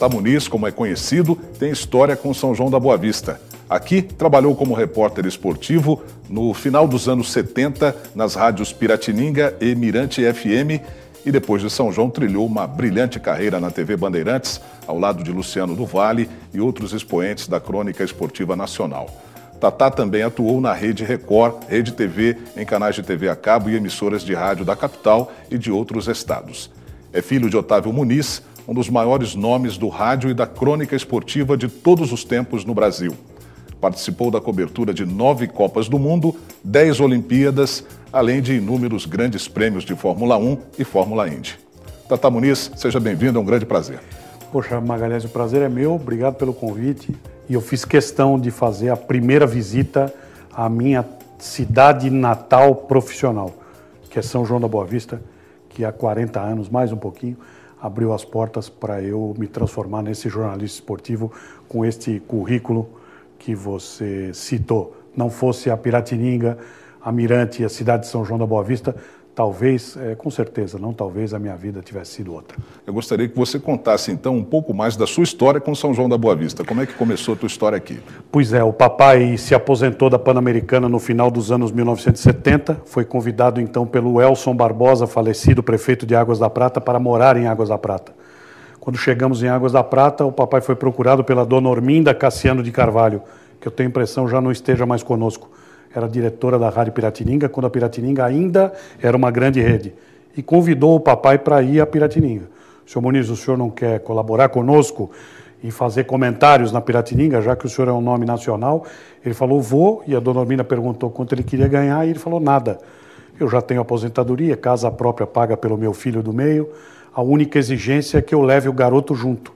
Tatá Muniz, como é conhecido, tem história com São João da Boa Vista. Aqui, trabalhou como repórter esportivo no final dos anos 70 nas rádios Piratininga e Mirante FM e depois de São João trilhou uma brilhante carreira na TV Bandeirantes, ao lado de Luciano do Vale e outros expoentes da crônica esportiva nacional. Tatá também atuou na Rede Record, Rede TV, em canais de TV a cabo e emissoras de rádio da capital e de outros estados. É filho de Otávio Muniz, um dos maiores nomes do rádio e da crônica esportiva de todos os tempos no Brasil. Participou da cobertura de 9 Copas do Mundo, 10 Olimpíadas, além de inúmeros grandes prêmios de Fórmula 1 e Fórmula Indy. Tatá Muniz, seja bem-vindo, é um grande prazer. Poxa, Magalhães, o prazer é meu, obrigado pelo convite. E eu fiz questão de fazer a primeira visita à minha cidade natal profissional, que é São João da Boa Vista, que há 40 anos, mais um pouquinho, abriu as portas para eu me transformar nesse jornalista esportivo com este currículo que você citou. Não fosse a Piratininga, a Mirante e a cidade de São João da Boa Vista, talvez, com certeza, não talvez, a minha vida tivesse sido outra. Eu gostaria que você contasse, então, um pouco mais da sua história com São João da Boa Vista. Como é que começou a tua história aqui? Pois é, o papai se aposentou da Pan-Americana no final dos anos 1970, foi convidado, então, pelo Elson Barbosa, falecido prefeito de Águas da Prata, para morar em Águas da Prata. Quando chegamos em Águas da Prata, o papai foi procurado pela dona Orminda Cassiano de Carvalho, que eu tenho a impressão já não esteja mais conosco. Era diretora da Rádio Piratininga, quando a Piratininga ainda era uma grande rede. E convidou o papai para ir à Piratininga. Senhor Muniz, o senhor não quer colaborar conosco e fazer comentários na Piratininga, já que o senhor é um nome nacional? Ele falou, vou, e a dona Orminda perguntou quanto ele queria ganhar, e ele falou, nada. Eu já tenho aposentadoria, casa própria paga pelo meu filho do meio, a única exigência é que eu leve o garoto junto.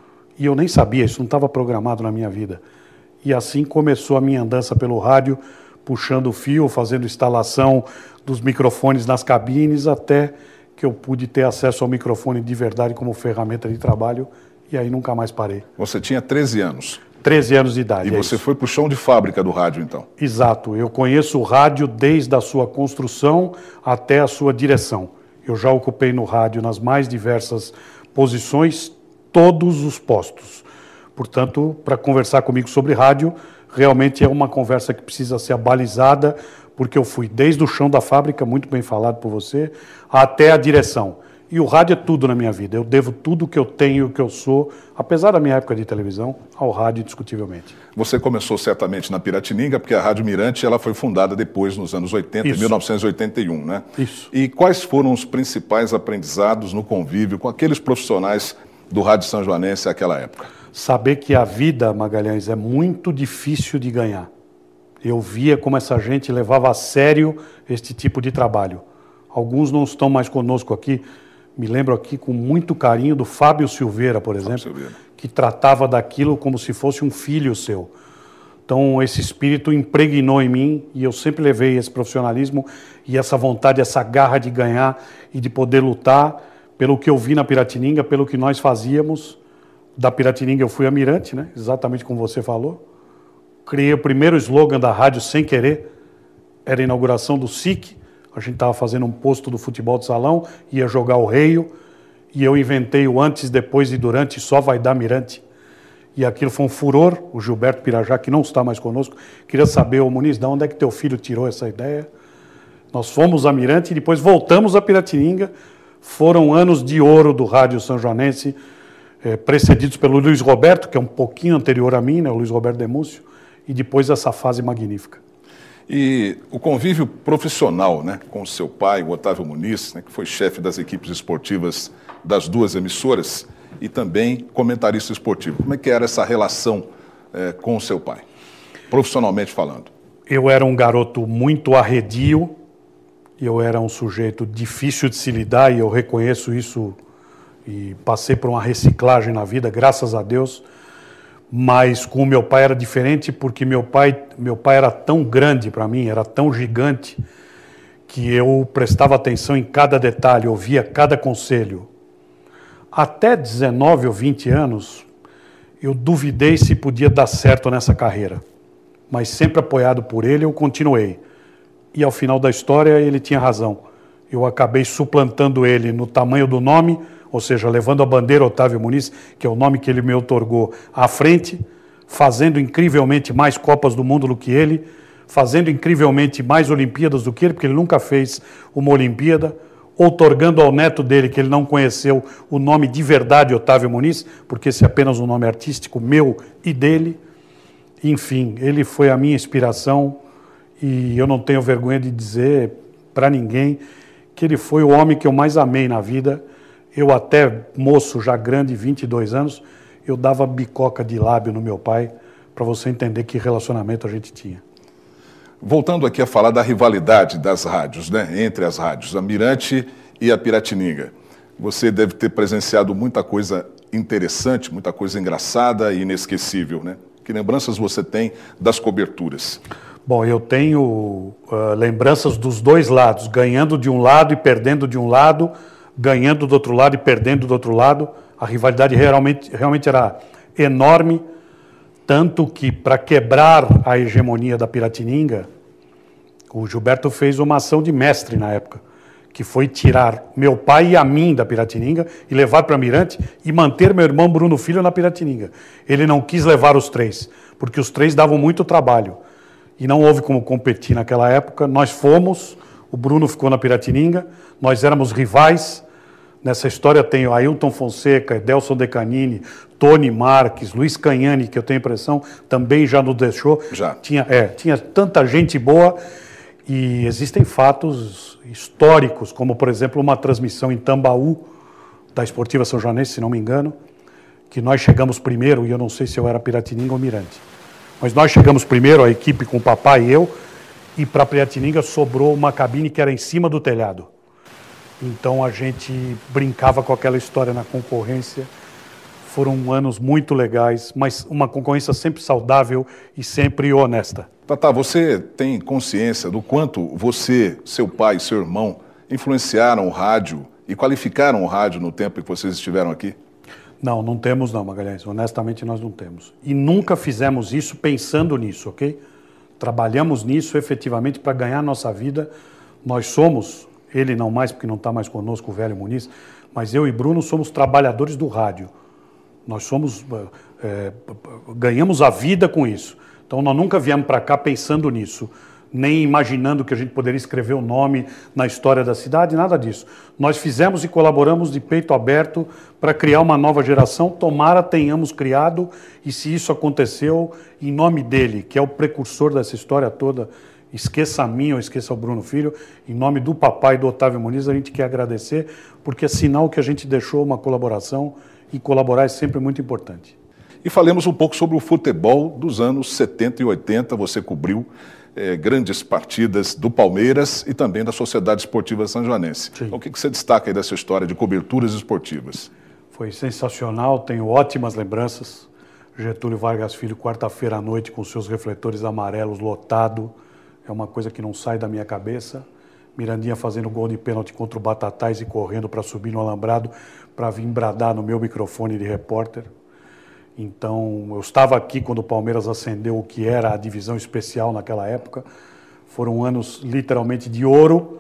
E eu nem sabia, isso não estava programado na minha vida. E assim começou a minha andança pelo rádio, puxando o fio, fazendo instalação dos microfones nas cabines, até que eu pude ter acesso ao microfone de verdade como ferramenta de trabalho, e aí nunca mais parei. Você tinha 13 anos. 13 anos de idade. E você foi para o chão de fábrica do rádio, então? Exato. Eu conheço o rádio desde a sua construção até a sua direção. Eu já ocupei no rádio, nas mais diversas posições, todos os postos. Portanto, para conversar comigo sobre rádio, realmente é uma conversa que precisa ser abalizada, porque eu fui desde o chão da fábrica, muito bem falado por você, até a direção. E o rádio é tudo na minha vida. Eu devo tudo que eu tenho, que eu sou, apesar da minha época de televisão, ao rádio, indiscutivelmente. Você começou certamente na Piratininga, porque a Rádio Mirante ela foi fundada depois, nos anos 80, em 1981, né? Isso. E quais foram os principais aprendizados no convívio com aqueles profissionais do rádio sanjoanense naquela época? Saber que a vida, Magalhães, é muito difícil de ganhar. Eu via como essa gente levava a sério este tipo de trabalho. Alguns não estão mais conosco aqui. Me lembro aqui com muito carinho do Fábio Silveira, por exemplo, que tratava daquilo como se fosse um filho seu. Então, esse espírito impregnou em mim e eu sempre levei esse profissionalismo e essa vontade, essa garra de ganhar e de poder lutar pelo que eu vi na Piratininga, pelo que nós fazíamos. Da Piratininga eu fui a Mirante, né? Exatamente como você falou. Criei o primeiro slogan da rádio sem querer, era a inauguração do SIC. A gente estava fazendo um posto do futebol de salão, ia jogar o Reio, e eu inventei o antes, depois e durante, só vai dar Mirante. E aquilo foi um furor. O Gilberto Pirajá, que não está mais conosco, queria saber, ô Muniz, de onde é que teu filho tirou essa ideia? Nós fomos a Mirante e depois voltamos a Piratininga. Foram anos de ouro do rádio sanjoanense, precedidos pelo Luiz Roberto, que é um pouquinho anterior a mim, né, o Luiz Roberto Demúcio, e depois essa fase magnífica. E o convívio profissional, né, com o seu pai, o Otávio Muniz, né, que foi chefe das equipes esportivas das duas emissoras e também comentarista esportivo. Como é que era essa relação com o seu pai, profissionalmente falando? Eu era um garoto muito arredio, eu era um sujeito difícil de se lidar e eu reconheço isso e passei por uma reciclagem na vida, graças a Deus. Mas com o meu pai era diferente porque meu pai era tão grande para mim, era tão gigante, que eu prestava atenção em cada detalhe, ouvia cada conselho. Até 19 ou 20 anos, eu duvidei se podia dar certo nessa carreira. Mas sempre apoiado por ele, eu continuei. E ao final da história, ele tinha razão. Eu acabei suplantando ele no tamanho do nome, ou seja, levando a bandeira Otávio Muniz, que é o nome que ele me outorgou, à frente, fazendo incrivelmente mais Copas do Mundo do que ele, fazendo incrivelmente mais Olimpíadas do que ele, porque ele nunca fez uma Olimpíada, outorgando ao neto dele, que ele não conheceu o nome de verdade Otávio Muniz, porque esse é apenas um nome artístico meu e dele. Enfim, ele foi a minha inspiração e eu não tenho vergonha de dizer para ninguém que ele foi o homem que eu mais amei na vida. Eu até moço, já grande, 22 anos, eu dava bicoca de lábio no meu pai, para você entender que relacionamento a gente tinha. Voltando aqui a falar da rivalidade das rádios, né? Entre as rádios, a Mirante e a Piratininga. Você deve ter presenciado muita coisa interessante, muita coisa engraçada e inesquecível, né? Que lembranças você tem das coberturas? Bom, eu tenho lembranças dos dois lados, ganhando de um lado e perdendo de um lado, ganhando do outro lado e perdendo do outro lado. A rivalidade realmente era enorme, tanto que, para quebrar a hegemonia da Piratininga, o Gilberto fez uma ação de mestre na época, que foi tirar meu pai e a mim da Piratininga e levar para Mirante e manter meu irmão Bruno Filho na Piratininga. Ele não quis levar os três, porque os três davam muito trabalho. E não houve como competir naquela época. Nós fomos, o Bruno ficou na Piratininga, nós éramos rivais. Nessa história tem o Ailton Fonseca, Edelson Decanini, Tony Marques, Luiz Canhani, que eu tenho a impressão, também já nos deixou. Já. Tinha tanta gente boa e existem fatos históricos, como, por exemplo, uma transmissão em Tambaú, da Esportiva São Joanense, se não me engano, que nós chegamos primeiro, e eu não sei se eu era Piratininga ou Mirante. Mas nós chegamos primeiro, a equipe com o papai e eu, e para a Piratininga sobrou uma cabine que era em cima do telhado. Então a gente brincava com aquela história na concorrência. Foram anos muito legais, mas uma concorrência sempre saudável e sempre honesta. Tatá, você tem consciência do quanto você, seu pai e seu irmão influenciaram o rádio e qualificaram o rádio no tempo que vocês estiveram aqui? Não temos não, Magalhães. Honestamente, nós não temos. E nunca fizemos isso pensando nisso, ok? Trabalhamos nisso efetivamente para ganhar nossa vida. Nós somos, ele não mais, porque não está mais conosco, o velho Muniz, mas eu e Bruno somos trabalhadores do rádio. Nós somos, ganhamos a vida com isso. Então, nós nunca viemos para cá pensando nisso, nem imaginando que a gente poderia escrever o nome na história da cidade, nada disso. Nós fizemos e colaboramos de peito aberto para criar uma nova geração, tomara tenhamos criado, e se isso aconteceu, em nome dele, que é o precursor dessa história toda, esqueça a mim ou esqueça o Bruno Filho, em nome do papai do Otávio Muniz, a gente quer agradecer, porque é sinal que a gente deixou uma colaboração, e colaborar é sempre muito importante. E falemos um pouco sobre o futebol dos anos 70 e 80, você cobriu grandes partidas do Palmeiras e também da Sociedade Esportiva Sanjoanense. Então, o que você destaca aí dessa história de coberturas esportivas? Foi sensacional, tenho ótimas lembranças. Getúlio Vargas Filho, quarta-feira à noite, com seus refletores amarelos lotado, é uma coisa que não sai da minha cabeça. Mirandinha fazendo gol de pênalti contra o Batatais e correndo para subir no alambrado para vir bradar no meu microfone de repórter. Então, eu estava aqui quando o Palmeiras ascendeu o que era a divisão especial naquela época. Foram anos literalmente de ouro.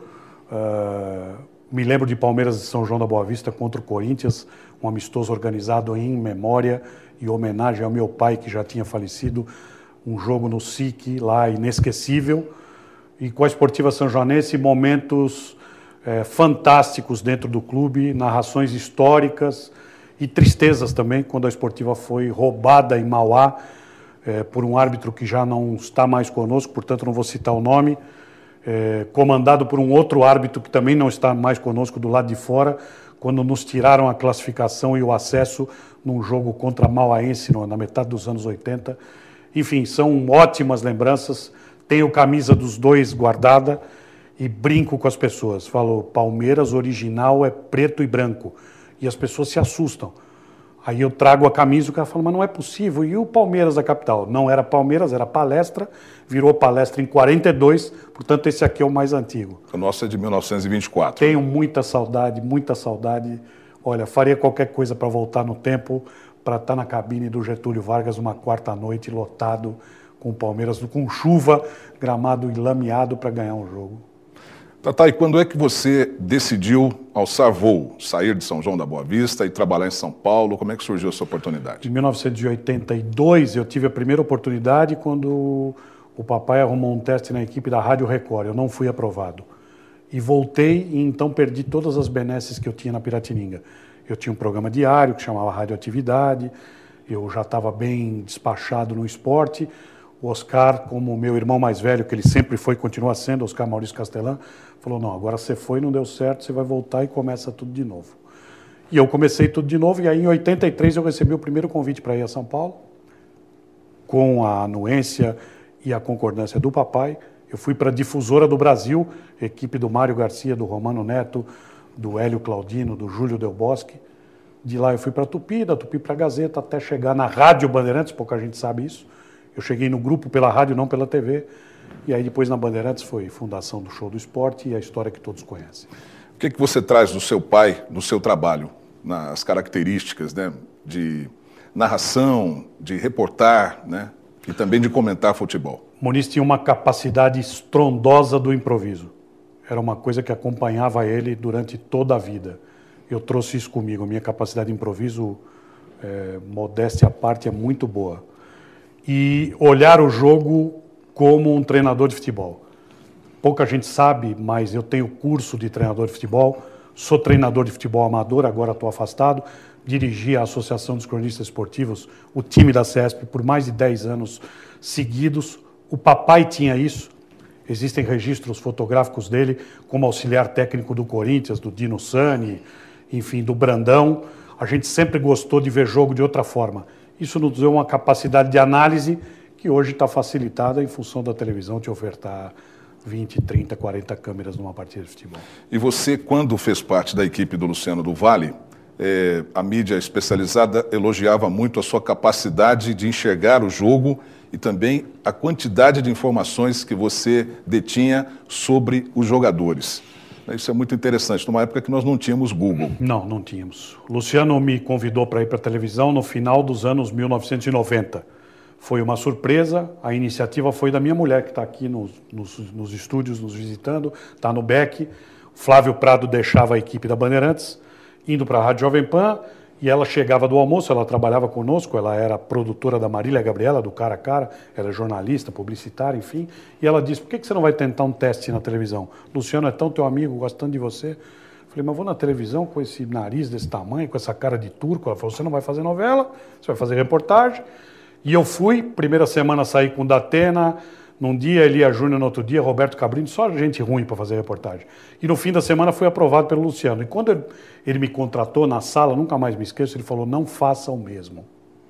Me lembro de Palmeiras de São João da Boa Vista contra o Corinthians, um amistoso organizado em memória e homenagem ao meu pai, que já tinha falecido. Um jogo no SIC lá, inesquecível. E com a Esportiva Sanjoanense, momentos fantásticos dentro do clube, narrações históricas, e tristezas também, quando a Esportiva foi roubada em Mauá por um árbitro que já não está mais conosco, portanto não vou citar o nome, comandado por um outro árbitro que também não está mais conosco do lado de fora, quando nos tiraram a classificação e o acesso num jogo contra a Mauaense na metade dos anos 80. Enfim, são ótimas lembranças, tenho camisa dos dois guardada e brinco com as pessoas. Falo, Palmeiras original é preto e branco. E as pessoas se assustam. Aí eu trago a camisa e o cara fala, mas não é possível. E o Palmeiras da capital? Não era Palmeiras, era Palestra, virou Palestra em 42, portanto esse aqui é o mais antigo. O nosso é de 1924. Tenho muita saudade, muita saudade. Olha, faria qualquer coisa para voltar no tempo, para estar na cabine do Getúlio Vargas uma quarta-noite, lotado, com o Palmeiras, com chuva, gramado enlameado para ganhar um jogo. Tatá, e quando é que você decidiu alçar voo, sair de São João da Boa Vista e trabalhar em São Paulo? Como é que surgiu essa oportunidade? Em 1982, eu tive a primeira oportunidade quando o papai arrumou um teste na equipe da Rádio Record. Eu não fui aprovado. E voltei e então perdi todas as benesses que eu tinha na Piratininga. Eu tinha um programa diário que chamava Radioatividade, eu já estava bem despachado no esporte. O Oscar, como meu irmão mais velho, que ele sempre foi e continua sendo, Oscar Maurício Castelã, falou, não, agora você foi, não deu certo, você vai voltar e começa tudo de novo. E eu comecei tudo de novo, e aí em 83 eu recebi o primeiro convite para ir a São Paulo, com a anuência e a concordância do papai. Eu fui para a Difusora do Brasil, equipe do Mário Garcia, do Romano Neto, do Hélio Claudino, do Júlio Del Bosque. De lá eu fui para a Tupi, da Tupi para a Gazeta, até chegar na Rádio Bandeirantes, pouca gente sabe isso. Eu cheguei no grupo pela rádio, não pela TV. E aí depois na Bandeirantes foi fundação do Show do Esporte e a história que todos conhecem. O que você traz do seu pai, no seu trabalho, nas características, né, de narração, de reportar, né, e também de comentar futebol? Muniz tinha uma capacidade estrondosa do improviso. Era uma coisa que acompanhava ele durante toda a vida. Eu trouxe isso comigo. A minha capacidade de improviso, modéstia à parte, é muito boa. E olhar o jogo como um treinador de futebol. Pouca gente sabe, mas eu tenho curso de treinador de futebol, sou treinador de futebol amador, agora estou afastado, dirigi a Associação dos Cronistas Esportivos, o time da CESP, por mais de 10 anos seguidos. O papai tinha isso, existem registros fotográficos dele como auxiliar técnico do Corinthians, do Dino Sani, enfim, do Brandão. A gente sempre gostou de ver jogo de outra forma. Isso nos deu uma capacidade de análise que hoje está facilitada em função da televisão te ofertar 20, 30, 40 câmeras numa partida de futebol. E você, quando fez parte da equipe do Luciano do Vale, a mídia especializada elogiava muito a sua capacidade de enxergar o jogo e também a quantidade de informações que você detinha sobre os jogadores. Isso é muito interessante, numa época que nós não tínhamos Google. Não, não tínhamos. O Luciano me convidou para ir para a televisão no final dos anos 1990. Foi uma surpresa, a iniciativa foi da minha mulher, que está aqui nos estúdios nos visitando, está no BEC. Flávio Prado deixava a equipe da Bandeirantes, indo para a Rádio Jovem Pan, e ela chegava do almoço, ela trabalhava conosco, ela era produtora da Marília Gabriela, do Cara a Cara, era jornalista, publicitária, enfim, e ela disse, por que você não vai tentar um teste na televisão? Luciano é tão teu amigo, gostando de você. Falei, mas vou na televisão com esse nariz desse tamanho, com essa cara de turco. Ela falou, você não vai fazer novela, você vai fazer reportagem. E eu fui, primeira semana saí com o Datena, num dia Elia Júnior, no outro dia Roberto Cabrini, só gente ruim para fazer reportagem. E no fim da semana fui aprovado pelo Luciano. E quando ele me contratou na sala, nunca mais me esqueço, ele falou, não faça o mesmo.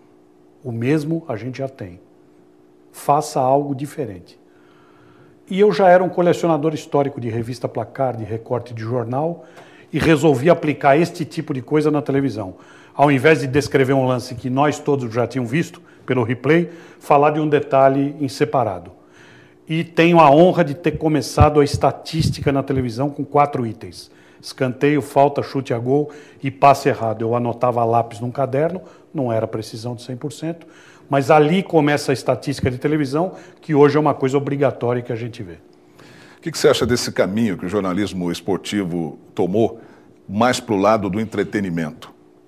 O mesmo a gente já tem. Faça algo diferente. E eu já era um colecionador histórico de revista Placar, de recorte de jornal, e resolvi aplicar este tipo de coisa na televisão. Ao invés de descrever um lance que nós todos já tínhamos visto pelo replay, falar de um detalhe em separado. E tenho a honra de ter começado a estatística na televisão com 4 itens. Escanteio, falta, chute a gol e passe errado. Eu anotava a lápis num caderno, não era precisão de 100%, mas ali começa a estatística de televisão, que hoje é uma coisa obrigatória que a gente vê. O que você acha desse caminho que o jornalismo esportivo tomou mais para o lado do entretenimento?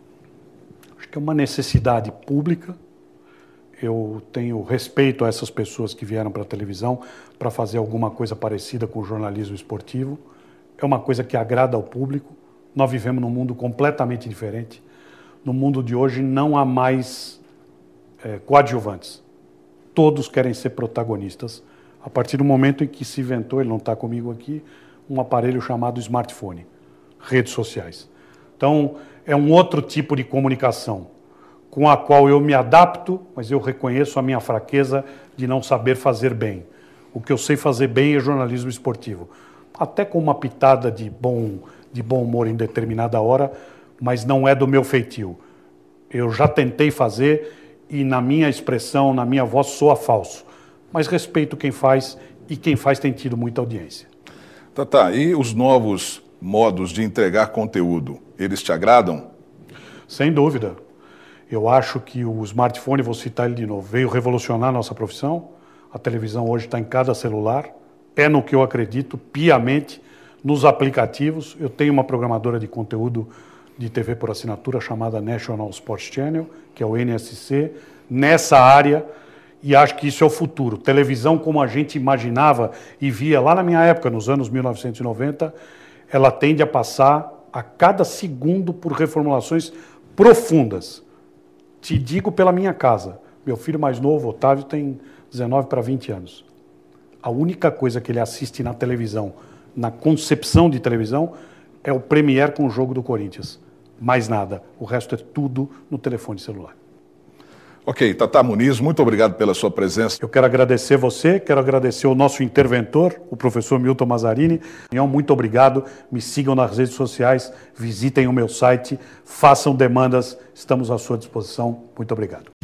Acho que é uma necessidade pública. Eu tenho respeito a essas pessoas que vieram para a televisão para fazer alguma coisa parecida com o jornalismo esportivo. É uma coisa que agrada ao público. Nós vivemos num mundo completamente diferente. No mundo de hoje não há mais coadjuvantes. Todos querem ser protagonistas. A partir do momento em que se inventou, ele não está comigo aqui, um aparelho chamado smartphone, redes sociais. Então, é um outro tipo de comunicação, com a qual eu me adapto, mas eu reconheço a minha fraqueza de não saber fazer bem. O que eu sei fazer bem é jornalismo esportivo. Até com uma pitada de bom humor em determinada hora, mas não é do meu feitio. Eu já tentei fazer e na minha expressão, na minha voz, soa falso. Mas respeito quem faz e quem faz tem tido muita audiência. Tatá, e os novos modos de entregar conteúdo, eles te agradam? Sem dúvida. Eu acho que o smartphone, vou citar ele de novo, veio revolucionar a nossa profissão. A televisão hoje está em cada celular. É no que eu acredito piamente, nos aplicativos. Eu tenho uma programadora de conteúdo de TV por assinatura chamada National Sports Channel, que é o NSC, nessa área, e acho que isso é o futuro. Televisão como a gente imaginava e via lá na minha época, nos anos 1990, ela tende a passar a cada segundo por reformulações profundas. Te digo pela minha casa. Meu filho mais novo, Otávio, tem 19 para 20 anos. A única coisa que ele assiste na televisão, na concepção de televisão, é o Premiere com o jogo do Corinthians. Mais nada. O resto é tudo no telefone celular. Ok, Tata Muniz, muito obrigado pela sua presença. Eu quero agradecer você, quero agradecer o nosso interventor, o professor Milton Mazzarini. Muito obrigado, me sigam nas redes sociais, visitem o meu site, façam demandas, estamos à sua disposição. Muito obrigado.